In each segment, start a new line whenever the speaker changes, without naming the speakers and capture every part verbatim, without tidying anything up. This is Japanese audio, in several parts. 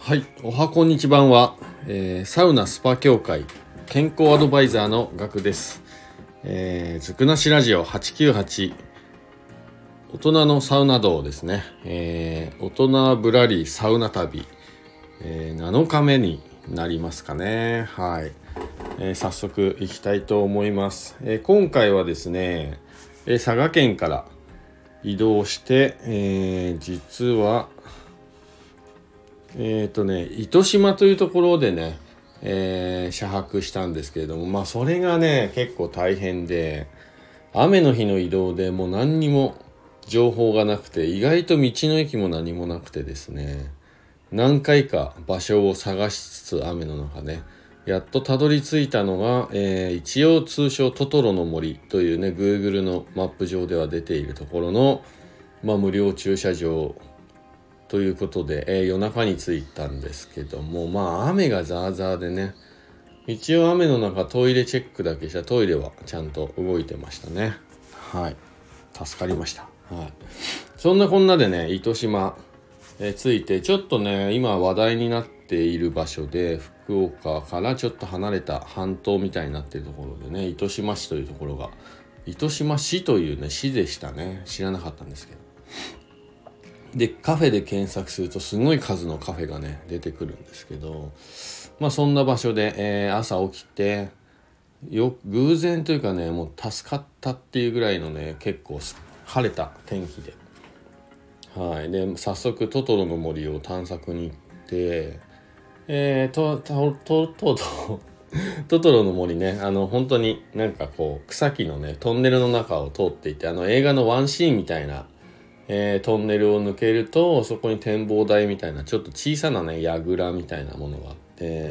はい、おはこんにちばんは、えー、サウナスパ協会健康アドバイザーのガクです。えー、ずくなしラジオはちきゅうはち大人のサウナ道ですね、えー、大人ぶらりサウナ旅、えー、なのかめになりますかね。はい、えー、早速いきたいと思います。えー、今回はですね、えー、佐賀県から移動して、えー、実はえっとね糸島というところでね、えー、車泊したんですけれども、まあそれがね結構大変で、雨の日の移動でもう何にも情報がなくて、意外と道の駅も何もなくてですね、何回か場所を探しつつ雨の中ね、やっとたどり着いたのが、えー、一応通称トトロの森というね Google のマップ上では出ているところの、まあ、無料駐車場ということで、えー、夜中に着いたんですけども、まあ雨がザーザーでね、一応雨の中トイレチェックだけしたトイレはちゃんと動いてましたね。はい、助かりました。はい、そんなこんなでね糸島、えー、着いて、ちょっとね今話題になっている場所で、福岡からちょっと離れた半島みたいになっているところでね、糸島市というところが、糸島市というね市でしたね。知らなかったんですけど、でカフェで検索するとすごい数のカフェがね出てくるんですけど、まあそんな場所で、えー、朝起きて、よ偶然というかね、もう助かったっていうぐらいのね結構晴れた天気で、はい、で早速トトロの森を探索に行って、えー、とととととトトロの森ね、あの本当になんかこう草木のねトンネルの中を通っていて、あの映画のワンシーンみたいな、えー、トンネルを抜けると、そこに展望台みたいなちょっと小さなね櫓みたいなものがあって、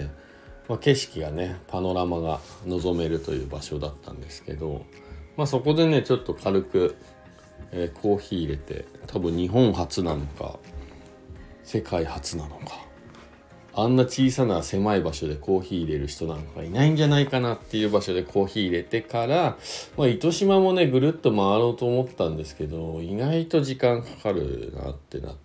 まあ、景色がねパノラマが望めるという場所だったんですけど、まあ、そこでねちょっと軽く、えー、コーヒー入れて、多分日本初なのか世界初なのか、あんな小さな狭い場所でコーヒー入れる人なんかいないんじゃないかなっていう場所でコーヒー入れてから、まあ、糸島もねぐるっと回ろうと思ったんですけど、意外と時間かかるなってなって、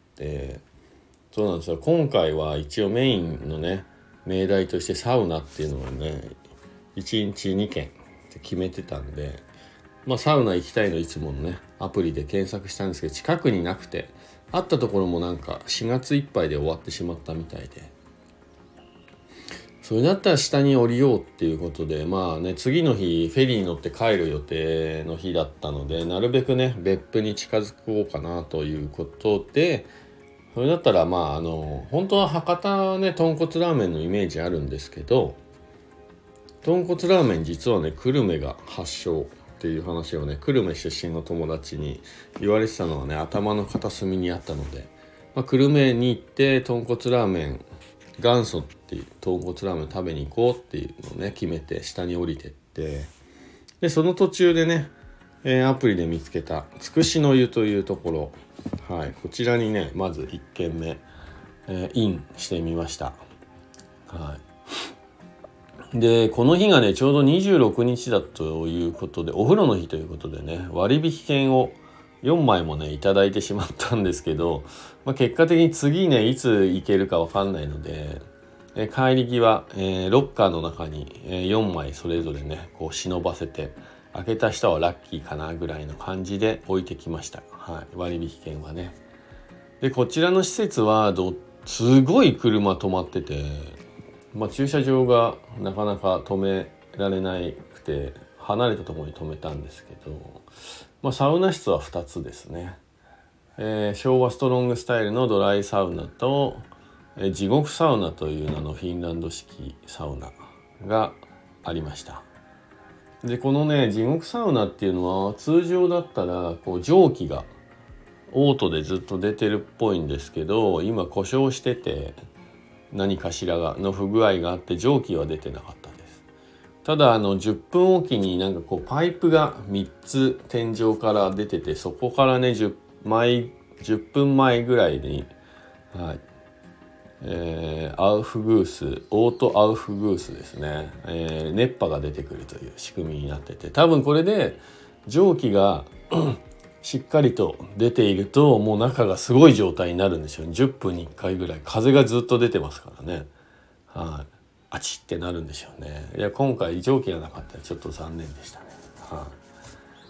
そうなんですよ。今回は一応メインのね命題としてサウナっていうのはねいちにちにけんって決めてたんで、まあサウナ行きたいのいつものねアプリで検索したんですけど、近くになくて、あったところもなんかしがついっぱいで終わってしまったみたいで、それだったら下に降りようっていうことで、まあね次の日フェリーに乗って帰る予定の日だったので、なるべくね別府に近づこうかなということで、それだったらまああの本当は博多はね豚骨ラーメンのイメージあるんですけど、豚骨ラーメン実はね久留米が発祥っていう話をね久留米出身の友達に言われてたのはね頭の片隅にあったので、まあ、久留米に行って豚骨ラーメン元祖っていう豚骨ラーメン食べに行こうっていうのをね決めて下に降りてって、でその途中でね、えー、アプリで見つけたつくしの湯というところ、はい、こちらにねまずいっけんめ、えー、インしてみました。はい、でこの日がねちょうどにじゅうろくにちだということで、お風呂の日ということでね割引券をよんまいもねいただいてしまったんですけど、まあ、結果的に次ねいつ行けるか分かんないので、え帰り際、えー、ロッカーの中に、えー、よんまいそれぞれねこう忍ばせて、開けた人はラッキーかなぐらいの感じで置いてきました。はい、割引券はね。でこちらの施設はどすごい車止まってて、まあ、駐車場がなかなか止められなくて離れたところに止めたんですけど、まあ、サウナ室はふたつですね。えー、昭和ストロングスタイルのドライサウナと、えー、地獄サウナという名のフィンランド式サウナがありました。でこのね地獄サウナっていうのは通常だったらこう蒸気がオートでずっと出てるっぽいんですけど、今故障してて何かしらがの不具合があって蒸気は出てなかったです。ただあのじゅっぷんおきになんかこうパイプがみっつ天井から出てて、そこからねじゅっぷんまえぐらいに、はいえー、アウフグースオートアウフグースですね、えー、熱波が出てくるという仕組みになってて、多分これで蒸気がしっかりと出ているともう中がすごい状態になるんですよ。じゅっぷんにいっかいぐらい風がずっと出てますからね。はい、あちってなるんでしょうね。いや今回蒸気がなかったらちょっと残念でしたね。はい、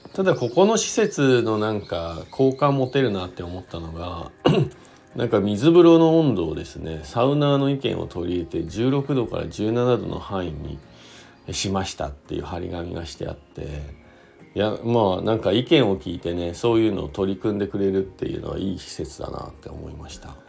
ただここの施設のなんか好感持てるなって思ったのがなんか水風呂の温度をですねサウナーの意見を取り入れてじゅうろくどからじゅうななどの範囲にしましたっていう張り紙がしてあって、いやまあなんか意見を聞いてねそういうのを取り組んでくれるっていうのはいい施設だなって思いました。はい、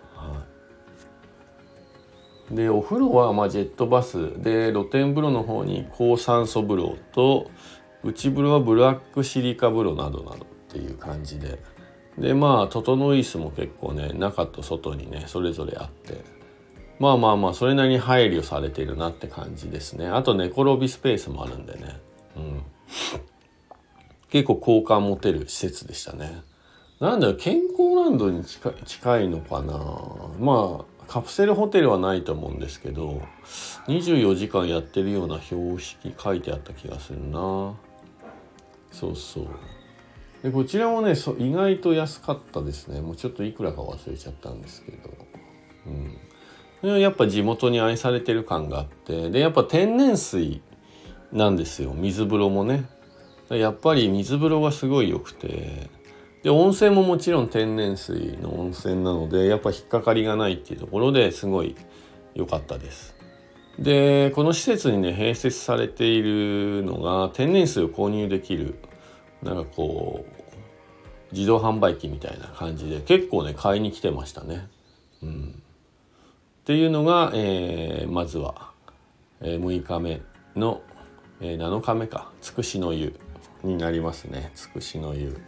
でお風呂はまあジェットバスで露天風呂の方に高酸素風呂と内風呂はブラックシリカ風呂などなどっていう感じで、でまあ整い椅子も結構ね中と外にねそれぞれあって、まあまあまあそれなりに配慮されてるなって感じですね。あと寝転びスペースもあるんでね、うん、結構好感持てる施設でしたね。なんだろう健康ランドに近い、近いのかな。まあカプセルホテルはないと思うんですけどにじゅうよじかんやってるような標識書いてあった気がするな。そうそうでこちらもねそ意外と安かったですね。もうちょっといくらか忘れちゃったんですけど、うん、やっぱ地元に愛されてる感があって、でやっぱ天然水なんですよ水風呂もね。やっぱり水風呂がすごい良くて、で温泉ももちろん天然水の温泉なのでやっぱ引っかかりがないっていうところですごい良かったです。でこの施設にね併設されているのが天然水を購入できるなんかこう自動販売機みたいな感じで結構ね買いに来てましたね。うん、っていうのが、えー、まずは、えー、むいかめの、えー、なのかめかつくしの湯になりますね。つくしの湯。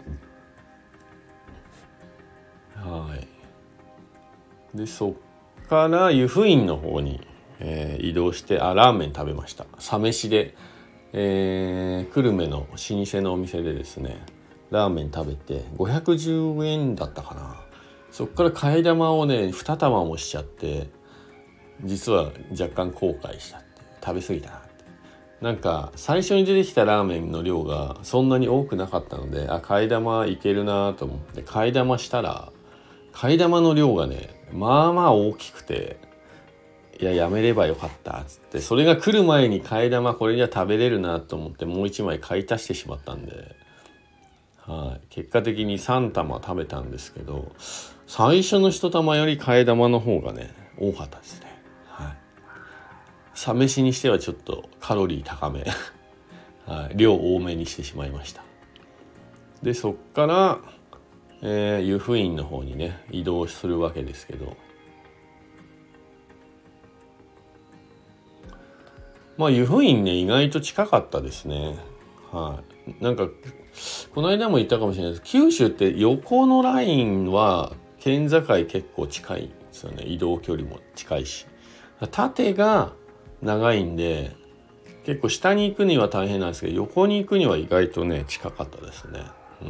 はい。でそっから湯布院の方に、えー、移動してあラーメン食べました。サ飯で、えー、久留米の老舗のお店でですねラーメン食べてごひゃくじゅうえんだったかな。そっから替え玉をねに玉もしちゃって実は若干後悔したって食べ過ぎたなって。なんか最初に出てきたラーメンの量がそんなに多くなかったのであ替え玉いけるなと思って替え玉したら替え玉の量がねまあまあ大きくて、いややめればよかったっつってそれが来る前に替え玉これじゃ食べれるなと思ってもう一枚買い足してしまったんで、はい、結果的にさん玉食べたんですけど最初の一玉より替え玉の方がね多かったですね。はい、サ飯にしてはちょっとカロリー高め、はい、量多めにしてしまいました。でそっから、えー、湯布院の方にね移動するわけですけど、まあ湯布院ね意外と近かったですね。はい、なんかこの間も言ったかもしれないです。九州って横のラインは県境結構近いんですよね。移動距離も近いし縦が長いんで結構下に行くには大変なんですけど横に行くには意外とね近かったですね。うん、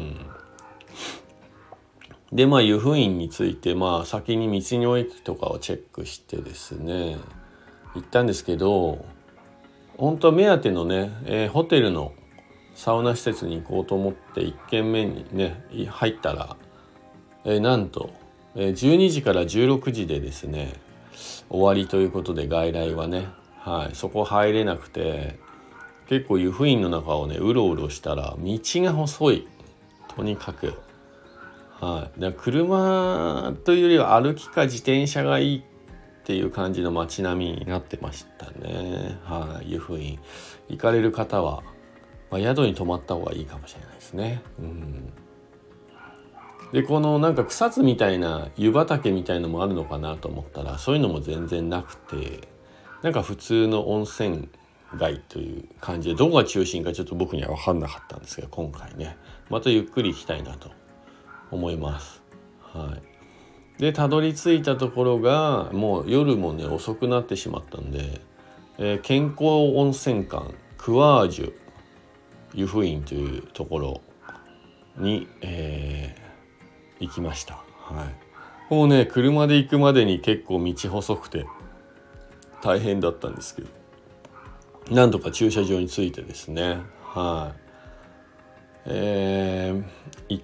でまあ湯布院についてまあ先に道の駅とかをチェックしてですね行ったんですけど本当は目当てのね、えー、ホテルのサウナ施設に行こうと思っていっ軒目にね入ったら、えー、なんと、えー、じゅうにじからじゅうろくじでですね終わりということで外来はね、はい、そこ入れなくて結構湯布院の中をねうろうろしたら道が細いとにかく、はい、だから車というよりは歩きか自転車がいいっていう感じの街並みになってましたね。はい、湯布院行かれる方は、まあ、宿に泊まった方がいいかもしれないですね。うん、でこのなんか草津みたいな湯畑みたいのもあるのかなと思ったらそういうのも全然なくてなんか普通の温泉街という感じでどこが中心かちょっと僕には分かんなかったんですけど今回ねまたゆっくり行きたいなと思います。はい、でたどり着いたところがもう夜もね遅くなってしまったんで、えー、健康温泉館クワージュ湯布院というところに、えー、行きました。はい、もうね車で行くまでに結構道細くて大変だったんですけどなんとか駐車場に着いてですね、はい、えー、行っ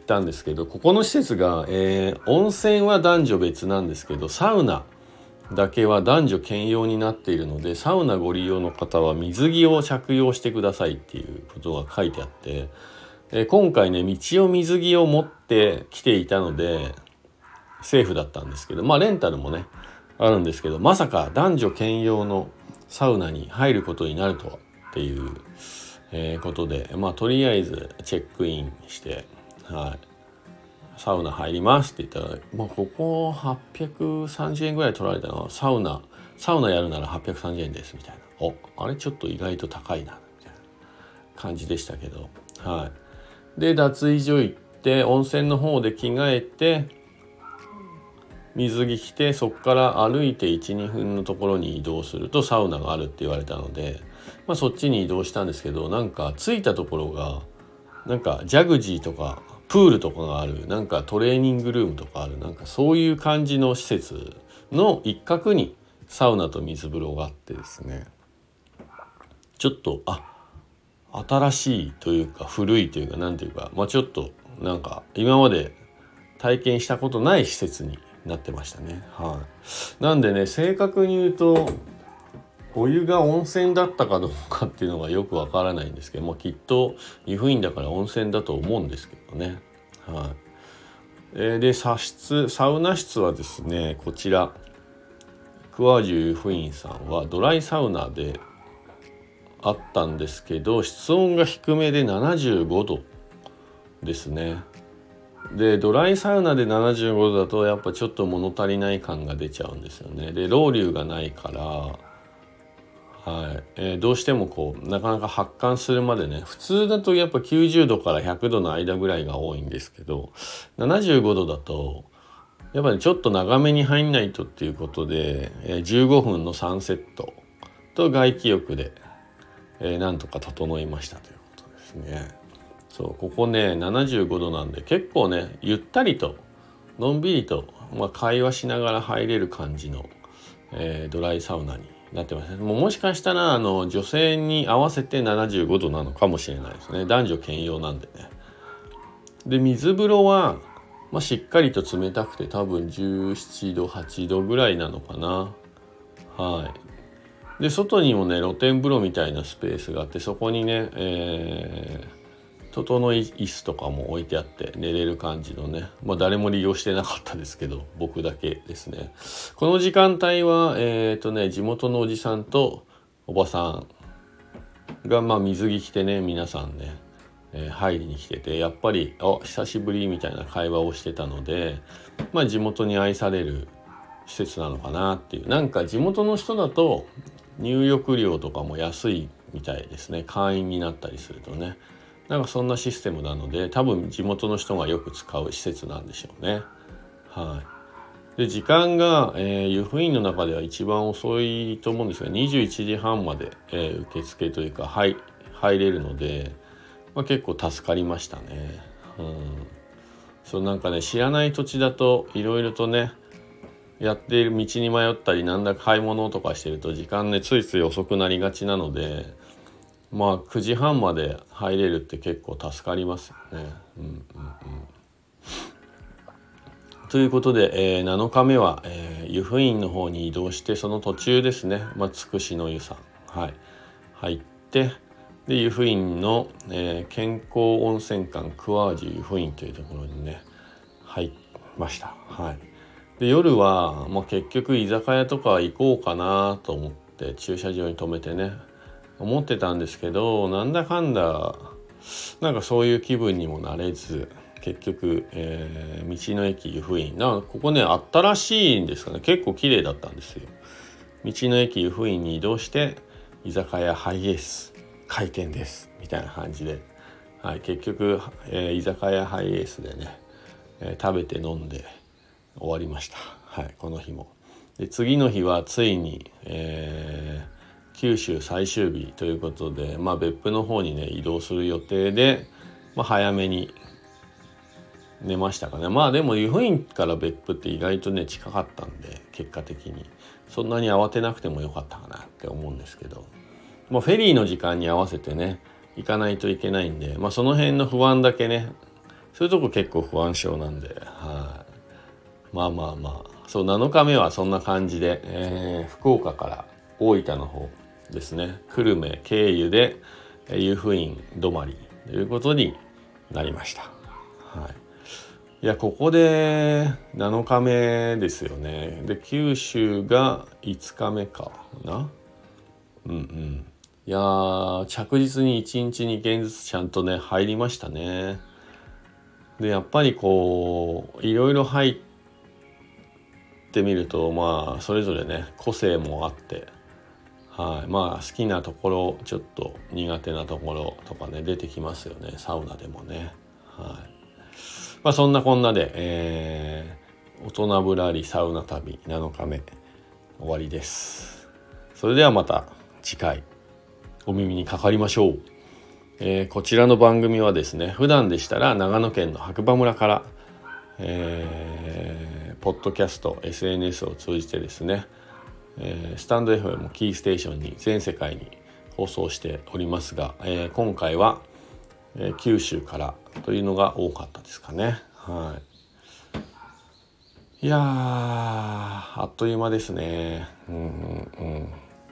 ったんですけど、ここの施設が、えー、温泉は男女別なんですけど、サウナだけは男女兼用になっているので、サウナご利用の方は水着を着用してくださいっていうことが書いてあって、えー、今回ね道を水着を持ってきていたのでセーフだったんですけど、まあレンタルもねあるんですけど、まさか男女兼用のサウナに入ることになるとはっていう、えー、ことで、まあとりあえずチェックインして、はい、サウナ入りますって言ったら、まあ、ここはっぴゃくさんじゅうえんぐらい取られたのは、サウナサウナやるならはっぴゃくさんじゅうえんですみたいな、おあれちょっと意外と高いなみたいな感じでしたけど、はい、で脱衣所行って温泉の方で着替えて水着着て、そこから歩いて いちにふんのところに移動するとサウナがあるって言われたので、まあ、そっちに移動したんですけど、なんか着いたところがなんかジャグジーとかプールとかがある、なんかトレーニングルームとかある、なんかそういう感じの施設の一角にサウナと水風呂があってですね、ちょっとあ新しいというか古いというかなんていうか、まあちょっとなんか今まで体験したことない施設になってましたね。はい。なんでね、正確に言うとお湯が温泉だったかどうかっていうのがよくわからないんですけども、きっと湯布院だから温泉だと思うんですけどね。はい。えー、で茶室サウナ室はですね、こちら桑樹湯布院さんはドライサウナであったんですけど、室温が低めでななじゅうごどですね。でドライサウナでななじゅうごどだとやっぱちょっと物足りない感が出ちゃうんですよね。でロウリュがないから、はいえー、どうしてもこうなかなか発汗するまでね、普通だとやっぱきゅうじゅうどからひゃくどの間ぐらいが多いんですけど、ななじゅうごどだとやっぱりちょっと長めに入んないとっていうことで、えー、じゅうごふんのさんセットと外気浴で、えー、なんとか整いましたということですね。そうここねななじゅうごどなんで結構ねゆったりとのんびりと、まあ、会話しながら入れる感じの、えー、ドライサウナになってますね。もうもしかしたらあの女性に合わせてななじゅうごどなのかもしれないですね。男女兼用なんでね。で水風呂は、まあ、しっかりと冷たくて多分じゅうななどはちどぐらいなのかな。はいで外にもね露天風呂みたいなスペースがあって、そこにね、えー整い椅子とかも置いてあって寝れる感じのね、まあ誰も利用してなかったですけど僕だけですね。この時間帯はえっとね地元のおじさんとおばさんがまあ水着着てね皆さんね、えー、入りに来てて、やっぱりあ久しぶりみたいな会話をしてたので、まあ地元に愛される施設なのかなっていう。なんか地元の人だと入浴料とかも安いみたいですね。会員になったりするとね、なんかそんなシステムなので多分地元の人がよく使う施設なんでしょうね。はい。で時間が、えー、湯布院の中では一番遅いと思うんですがにじゅういちじはんまで、えー、受付というか入入れるので、まあ、結構助かりましたね。うん。そうなんかね知らない土地だといろいろとねやっている道に迷ったりなんだ買い物とかしてると時間ねついつい遅くなりがちなので、まあくじはんまで入れるって結構助かりますよね。うんうんうん、ということで、えー、なのかめは、えー、湯布院の方に移動して、その途中ですね、まあ、つくしの湯さん、はい、入ってで湯布院の、えー、健康温泉館桑樹湯布院というところにね入りました。はい、で夜は、まあ、結局居酒屋とか行こうかなと思って駐車場に止めてね思ってたんですけど、なんだかんだなんかそういう気分にもなれず、結局、えー、道の駅湯布院なんかここねあったらしいんですかね。結構綺麗だったんですよ。道の駅湯布院に移動して居酒屋ハイエース開店ですみたいな感じで、はい、結局、えー、居酒屋ハイエースでね、えー、食べて飲んで終わりました。はい、この日も。で次の日はついに、えー九州最終日ということで、まあ、別府の方にね移動する予定で、まあ、早めに寝ましたかね。まあでも湯布院から別府って意外とね近かったんで、結果的にそんなに慌てなくてもよかったかなって思うんですけど、もうフェリーの時間に合わせてね行かないといけないんで、まあ、その辺の不安だけねそういうとこ結構不安症なんで、はい、まあまあまあそうなのかめはそんな感じで、えー、福岡から大分の方ですね、久留米経由で湯布院止まりということになりました。はい、いやここでなのかめですよね。で九州がいつかめかな。うんうん。いや着実にいちにちにけんずつちゃんとね入りましたね。でやっぱりこういろいろ入ってみるとまあそれぞれね個性もあって、はい、まあ好きなところちょっと苦手なところとかね出てきますよね、サウナでもね。はい、まあそんなこんなで、えー、大人ぶらりサウナ旅なのかめ終わりです。それではまた次回お耳にかかりましょう。えー、こちらの番組はですね、普段でしたら長野県の白馬村から、えー、ポッドキャスト エスエヌエス を通じてですね、えー、スタンド エフエム キーステーションに全世界に放送しておりますが、えー、今回は、えー、九州からというのが多かったですかね。はい、いやーあっという間ですね。うんうんうん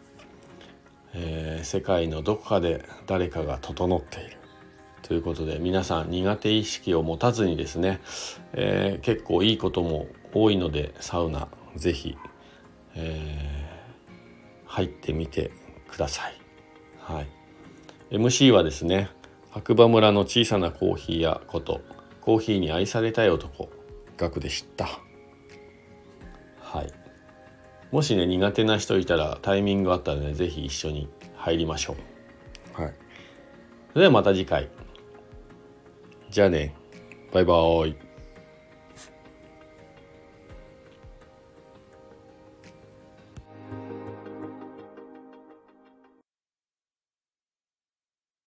えー、世界のどこかで誰かが整っているということで、皆さん苦手意識を持たずにですね、えー、結構いいことも多いのでサウナぜひ、えー、入ってみてください。はい、エムシー はですね、白馬村の小さなコーヒー屋ことコーヒーに愛されたい男ガクでした。はい、もしね苦手な人いたらタイミングあったらねぜひ一緒に入りましょう。はい、それではまた次回。じゃあね、バイバーイ。